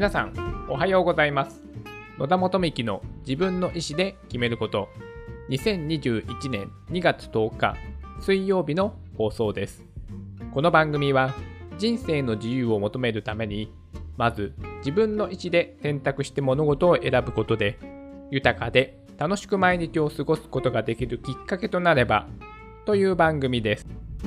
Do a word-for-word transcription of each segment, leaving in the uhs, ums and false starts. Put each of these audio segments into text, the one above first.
皆さんおはようございます。野田元幹の自分の意思で決めること、にせんにじゅういちねんにがつとおか水曜日の放送です。この番組は人生の自由を求めるために、まず自分の意思で選択して物事を選ぶことで、豊かで楽しく毎日を過ごすことができるきっかけとなればという番組です。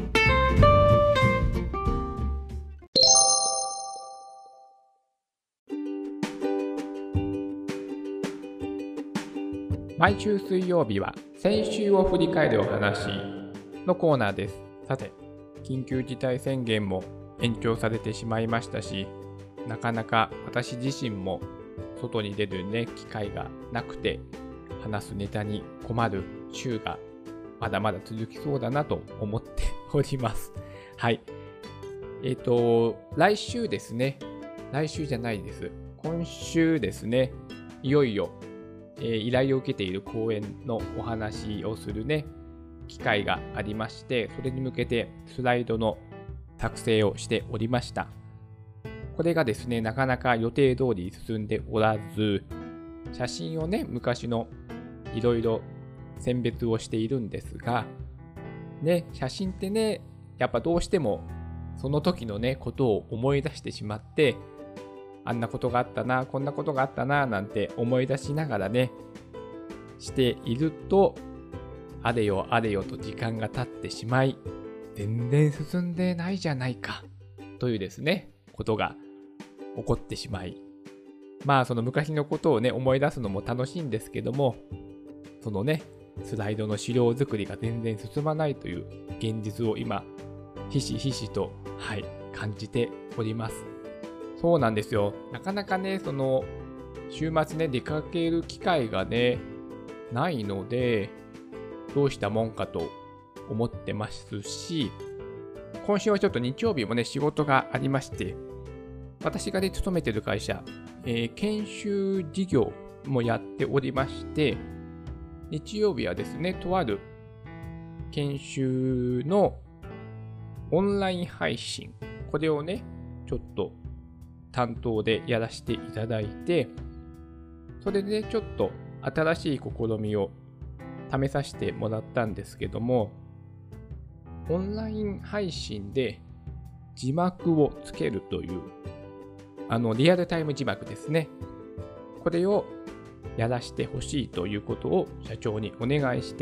毎週水曜日は先週を振り返るお話のコーナーです。さて、緊急事態宣言も延長されてしまいましたし、なかなか私自身も外に出るね機会がなくて、話すネタに困る週がまだまだ続きそうだなと思っております。はい。えっと、来週ですね。来週じゃないです。今週ですね。いよいよ、えー、依頼を受けている講演のお話をするね、機会がありまして、それに向けてスライドの作成をしておりました。これがですね、なかなか予定通り進んでおらず、写真をね、昔のいろいろ選別をしているんですが、ね、写真ってね、やっぱどうしてもその時のね、ことを思い出してしまって、あんなことがあったな、こんなことがあったな、なんて思い出しながらね、していると、あれよあれよと時間が経ってしまい、全然進んでないじゃないか、というですね、ことが起こってしまい、まあその昔のことをね、思い出すのも楽しいんですけども、そのね、スライドの資料作りが全然進まないという現実を今、ひしひしと、はい、感じております。そうなんですよ。なかなかね、その、週末ね、出かける機会がね、ないので、どうしたもんかと思ってますし、今週はちょっと日曜日もね、仕事がありまして、私がね、勤めてる会社、えー、研修事業もやっておりまして、日曜日はですね、とある研修のオンライン配信、これをね、ちょっと担当でやらせていただいて、それでね、ちょっと新しい試みを試させてもらったんですけども、オンライン配信で字幕をつけるという、あのリアルタイム字幕ですね。これをやらせてほしいということを社長にお願いして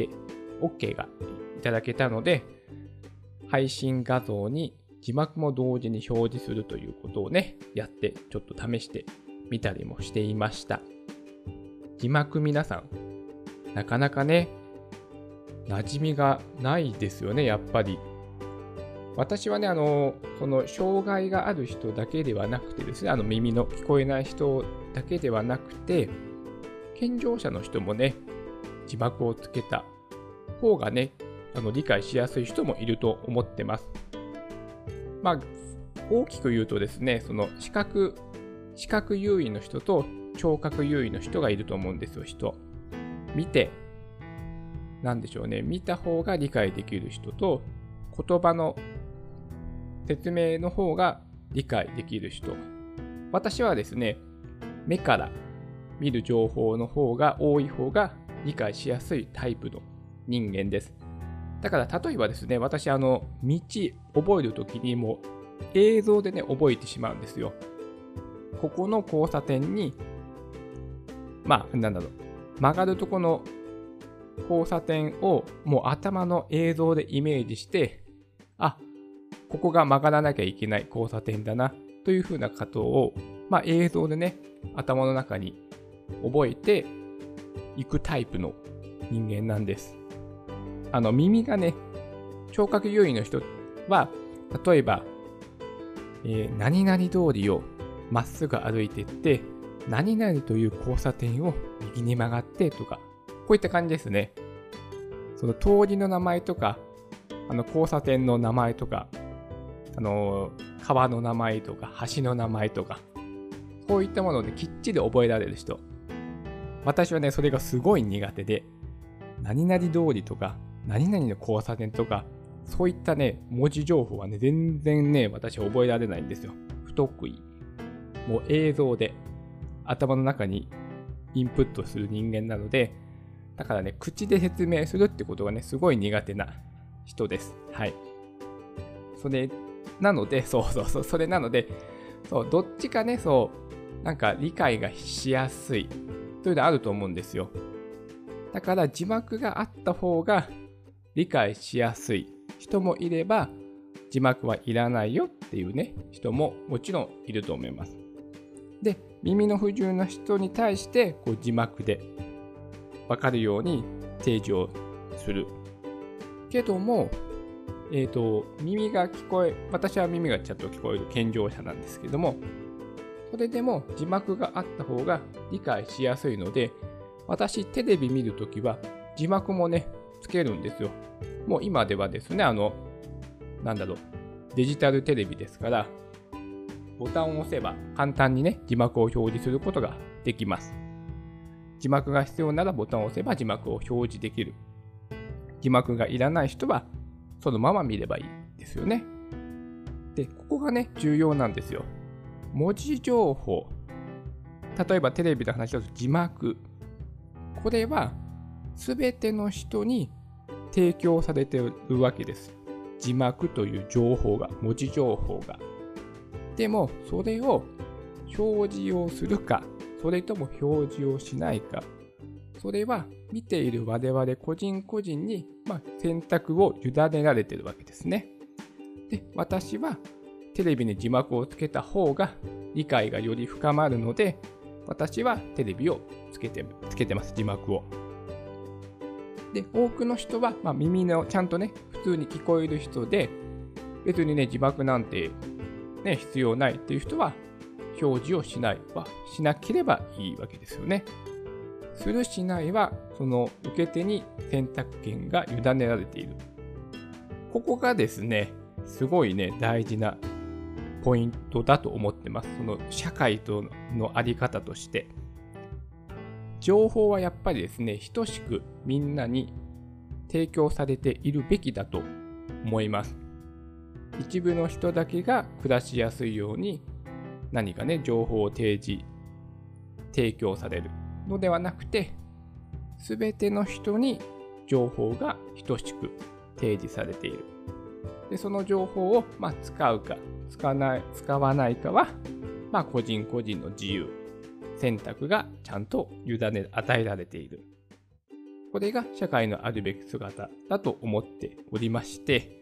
OK がいただけたので、配信画像に字幕も同時に表示するということをね、やってちょっと試してみたりもしていました。字幕皆さん、なかなかね、馴染みがないですよね、やっぱり。私はね、あの、その障害がある人だけではなくてですね、あの耳の聞こえない人だけではなくて、健常者の人もね、字幕をつけた方がね、あの理解しやすい人もいると思ってます。まあ、大きく言うとですね、その視覚、視覚優位の人と聴覚優位の人がいると思うんですよ、人。見て、なんでしょうね、見た方が理解できる人と、言葉の説明の方が理解できる人。私はですね、目から見る情報の方が多い方が理解しやすいタイプの人間です。だから例えばですね、私あの道覚えるときにもう映像でね覚えてしまうんですよ。ここの交差点に、まあなんだろう、曲がるとこの交差点をもう頭の映像でイメージして、あ、ここが曲がらなきゃいけない交差点だなというふうなことを、まあ映像でね頭の中に覚えていくタイプの人間なんです。あの耳がね、聴覚優位の人は、例えば、えー、何々通りをまっすぐ歩いていって、何々という交差点を右に曲がってとか、こういった感じですね。その通りの名前とか、あの交差点の名前とか、あのー、川の名前とか、橋の名前とか、こういったものできっちり覚えられる人。私はね、それがすごい苦手で、何々通りとか、何々の交差点とか、そういったね、文字情報はね、全然ね、私は覚えられないんですよ。不得意。 もう映像で頭の中にインプットする人間なので、だからね、口で説明するってことがね、すごい苦手な人です。はい。それなので、そうそうそう、それなので、そう、どっちかね、そう、なんか理解がしやすいというのあると思うんですよ。だから字幕があった方が理解しやすい人もいれば、字幕はいらないよっていうね、人ももちろんいると思います。で、耳の不自由な人に対してこう字幕で分かるように提示をする。けども、えーと、耳が聞こえ、私は耳がちゃんと聞こえる健常者なんですけども、それでも字幕があった方が理解しやすいので、私テレビ見るときは字幕もね、つけるんですよ。もう今ではですね、あの、なんだろう、デジタルテレビですから、ボタンを押せば簡単にね、字幕を表示することができます。字幕が必要ならボタンを押せば字幕を表示できる。字幕がいらない人はそのまま見ればいいですよね。で、ここがね、重要なんですよ。文字情報。例えばテレビで話すと字幕。これは全ての人に提供されているわけです。字幕という情報が、文字情報が。でも、それを表示をするか、それとも表示をしないか。それは見ている我々個人個人に、まあ、選択を委ねられているわけですね。で、私はテレビに字幕をつけた方が理解がより深まるので、私はテレビをつけて、つけてます、字幕を。で、多くの人は、まあ、耳のちゃんとね、普通に聞こえる人で、別にね、字幕なんて、ね、必要ないっていう人は、表示をしないは、しなければいいわけですよね。するしないは、その受け手に選択権が委ねられている。ここがですね、すごいね、大事なポイントだと思ってます。その社会とのあり方として。情報はやっぱりですね、等しくみんなに提供されているべきだと思います。一部の人だけが暮らしやすいように何かね、情報を提示、提供されるのではなくて、すべての人に情報が等しく提示されている。で、その情報を、まあ、使うか使わない、使わないかは、まあ、個人個人の自由、選択がちゃんと委ね、与えられている。これが社会のあるべき姿だと思っておりまして、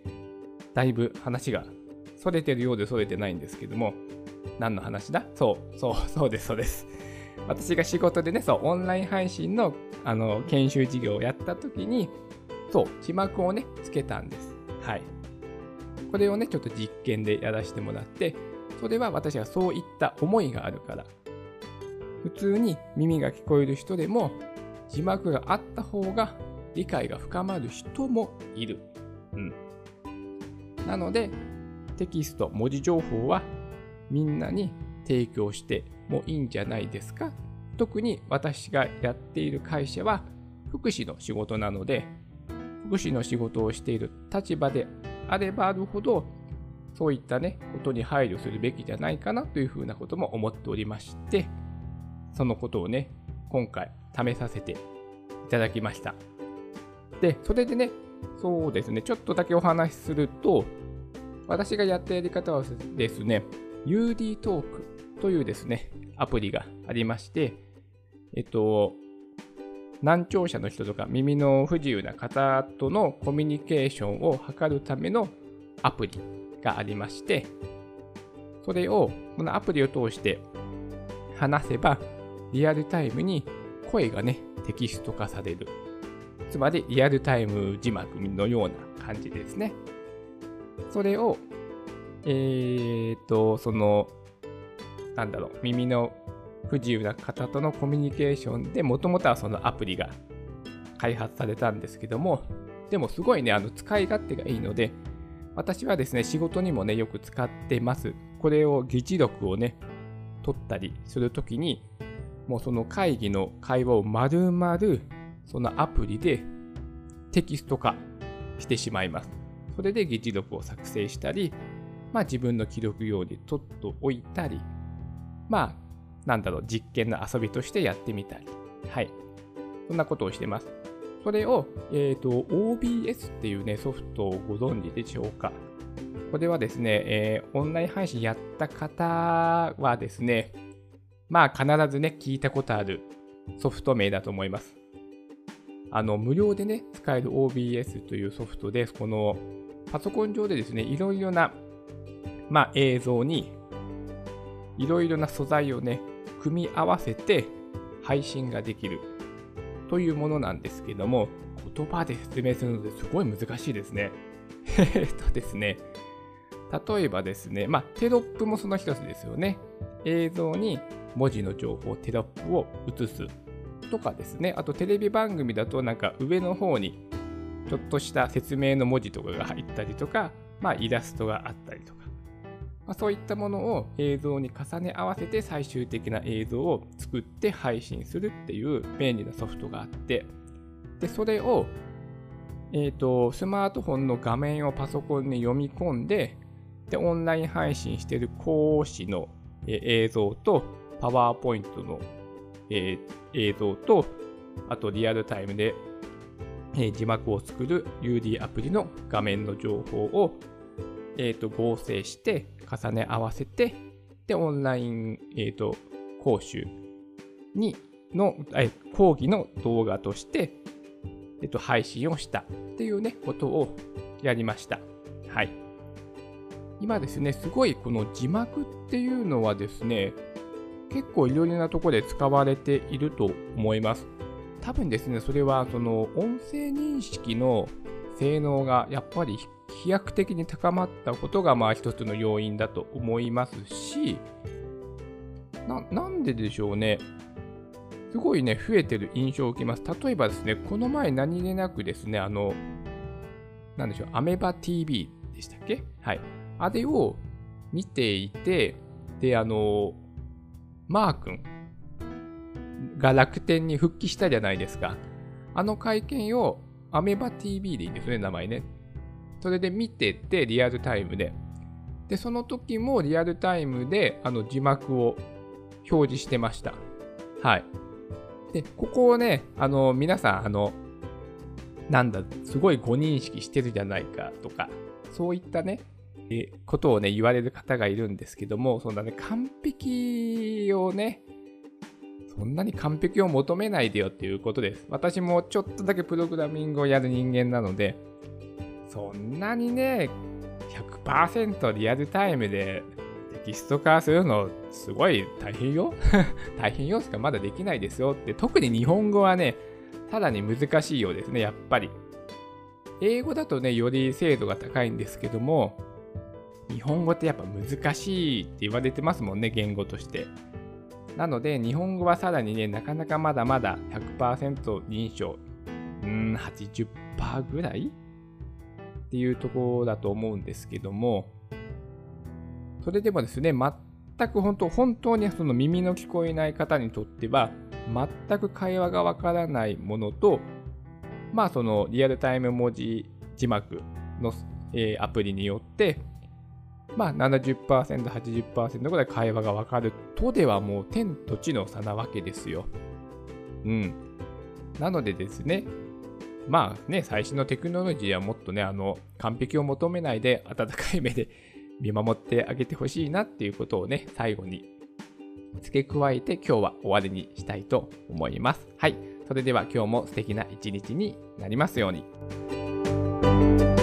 だいぶ話がそれてるようでそれてないんですけども、何の話だ？そう、そう、そうです、そうです。私が仕事でね、そう、オンライン配信の、あの研修事業をやったときに、そう、字幕をね、つけたんです。はい。これをね、ちょっと実験でやらせてもらって、それは私はそういった思いがあるから、普通に耳が聞こえる人でも、字幕があった方が理解が深まる人もいる。うん。なので、テキスト、文字情報はみんなに提供してもいいんじゃないですか。特に私がやっている会社は福祉の仕事なので、福祉の仕事をしている立場であればあるほど、そういったね、ことに配慮するべきじゃないかなというふうなことも思っておりまして、そのことをね、今回試させていただきました。で、それでね、そうですね、ちょっとだけお話しすると、私がやったやり方はですね、ユーディー トークというですね、アプリがありまして、えっと、難聴者の人とか耳の不自由な方とのコミュニケーションを図るためのアプリがありまして、それを、このアプリを通して話せば、リアルタイムに声がね、テキスト化される。つまり、リアルタイム字幕のような感じですね。それを、えーと、その、なんだろう、耳の不自由な方とのコミュニケーションで、もともとはそのアプリが開発されたんですけども、でもすごいね、あの使い勝手がいいので、私はですね、仕事にもね、よく使ってます。これを議事録をね、取ったりするときに、もうその会議の会話を丸々、そのアプリでテキスト化してしまいます。それで議事録を作成したり、まあ自分の記録用に取っておいたり、 まあ、なんだろう、実験の遊びとしてやってみたり。はい。そんなことをしてます。それを、えっと、オービーエス っていうね、ソフトをご存知でしょうか。これはですね、えー、オンライン配信やった方はですね、まあ必ずね、聞いたことあるソフト名だと思います。あの、無料でね、使える オービーエス というソフトで、このパソコン上でですね、いろいろな、まあ、映像に、いろいろな素材をね、組み合わせて配信ができるというものなんですけども、言葉で説明するのですごい難しいですね。えっとですね、例えばですね、まあ、テロップもその一つですよね。映像に文字の情報、テロップを映すとかですね。あとテレビ番組だとなんか上の方にちょっとした説明の文字とかが入ったりとか、まあ、イラストがあったりとか、まあ、そういったものを映像に重ね合わせて最終的な映像を作って配信するっていう便利なソフトがあって、で、それを、えーと、スマートフォンの画面をパソコンに読み込んで、で、オンライン配信している講師の映像と、パワーポイントの、えー、映像と、あとリアルタイムで、えー、字幕を作る ユーディー アプリの画面の情報を、えー、と合成して重ね合わせて、で、オンライン、えー、と講習にの、え講義の動画として、えー、と配信をしたっていうね、ことをやりました。はい。今ですね、すごいこの字幕っていうのはですね、結構いろいろなところで使われていると思います。多分ですね、それはその音声認識の性能がやっぱり飛躍的に高まったことがまあ一つの要因だと思いますし、な、なんででしょうね。すごいね、増えてる印象を受けます。例えばですね、この前何気なくですね、あの、なんでしょう、アメバ ティービー でしたっけ？はい。あれを見ていて、で、あの、マー君が楽天に復帰したじゃないですか。あの会見をアメバ ティービー でいいんですね、名前ね。それで見てて、リアルタイムで。で、その時もリアルタイムであの字幕を表示してました。はい。で、ここをね、あの、皆さん、あの、なんだ、すごい誤認識してるじゃないかとか、そういったね、えことをね、言われる方がいるんですけども、そんなね、完璧をね、そんなに完璧を求めないでよっていうことです。私もちょっとだけプログラミングをやる人間なので、そんなにね、ひゃくパーセント リアルタイムでテキスト化するのすごい大変よ大変よしかまだできないですよって、特に日本語はね、さらに難しいようですね、やっぱり。英語だとね、より精度が高いんですけども、日本語ってやっぱ難しいって言われてますもんね、言語として。なので、日本語はさらにね、なかなかまだまだ ひゃくパーセント 認証、うーん、はちじゅっパーセント ぐらいっていうところだと思うんですけども、それでもですね、全く本当、本当にその耳の聞こえない方にとっては、全く会話がわからないものと、まあそのリアルタイム文字字幕の、えー、アプリによって、まあ ななじゅっパーセント、はちじゅっパーセント ぐらい会話がわかるとではもう天と地の差なわけですよ。うん。なのでですね、まあね、最新のテクノロジーはもっとね、あの、完璧を求めないで温かい目で見守ってあげてほしいなっていうことをね、最後に付け加えて今日は終わりにしたいと思います。はい。それでは今日も素敵な一日になりますように。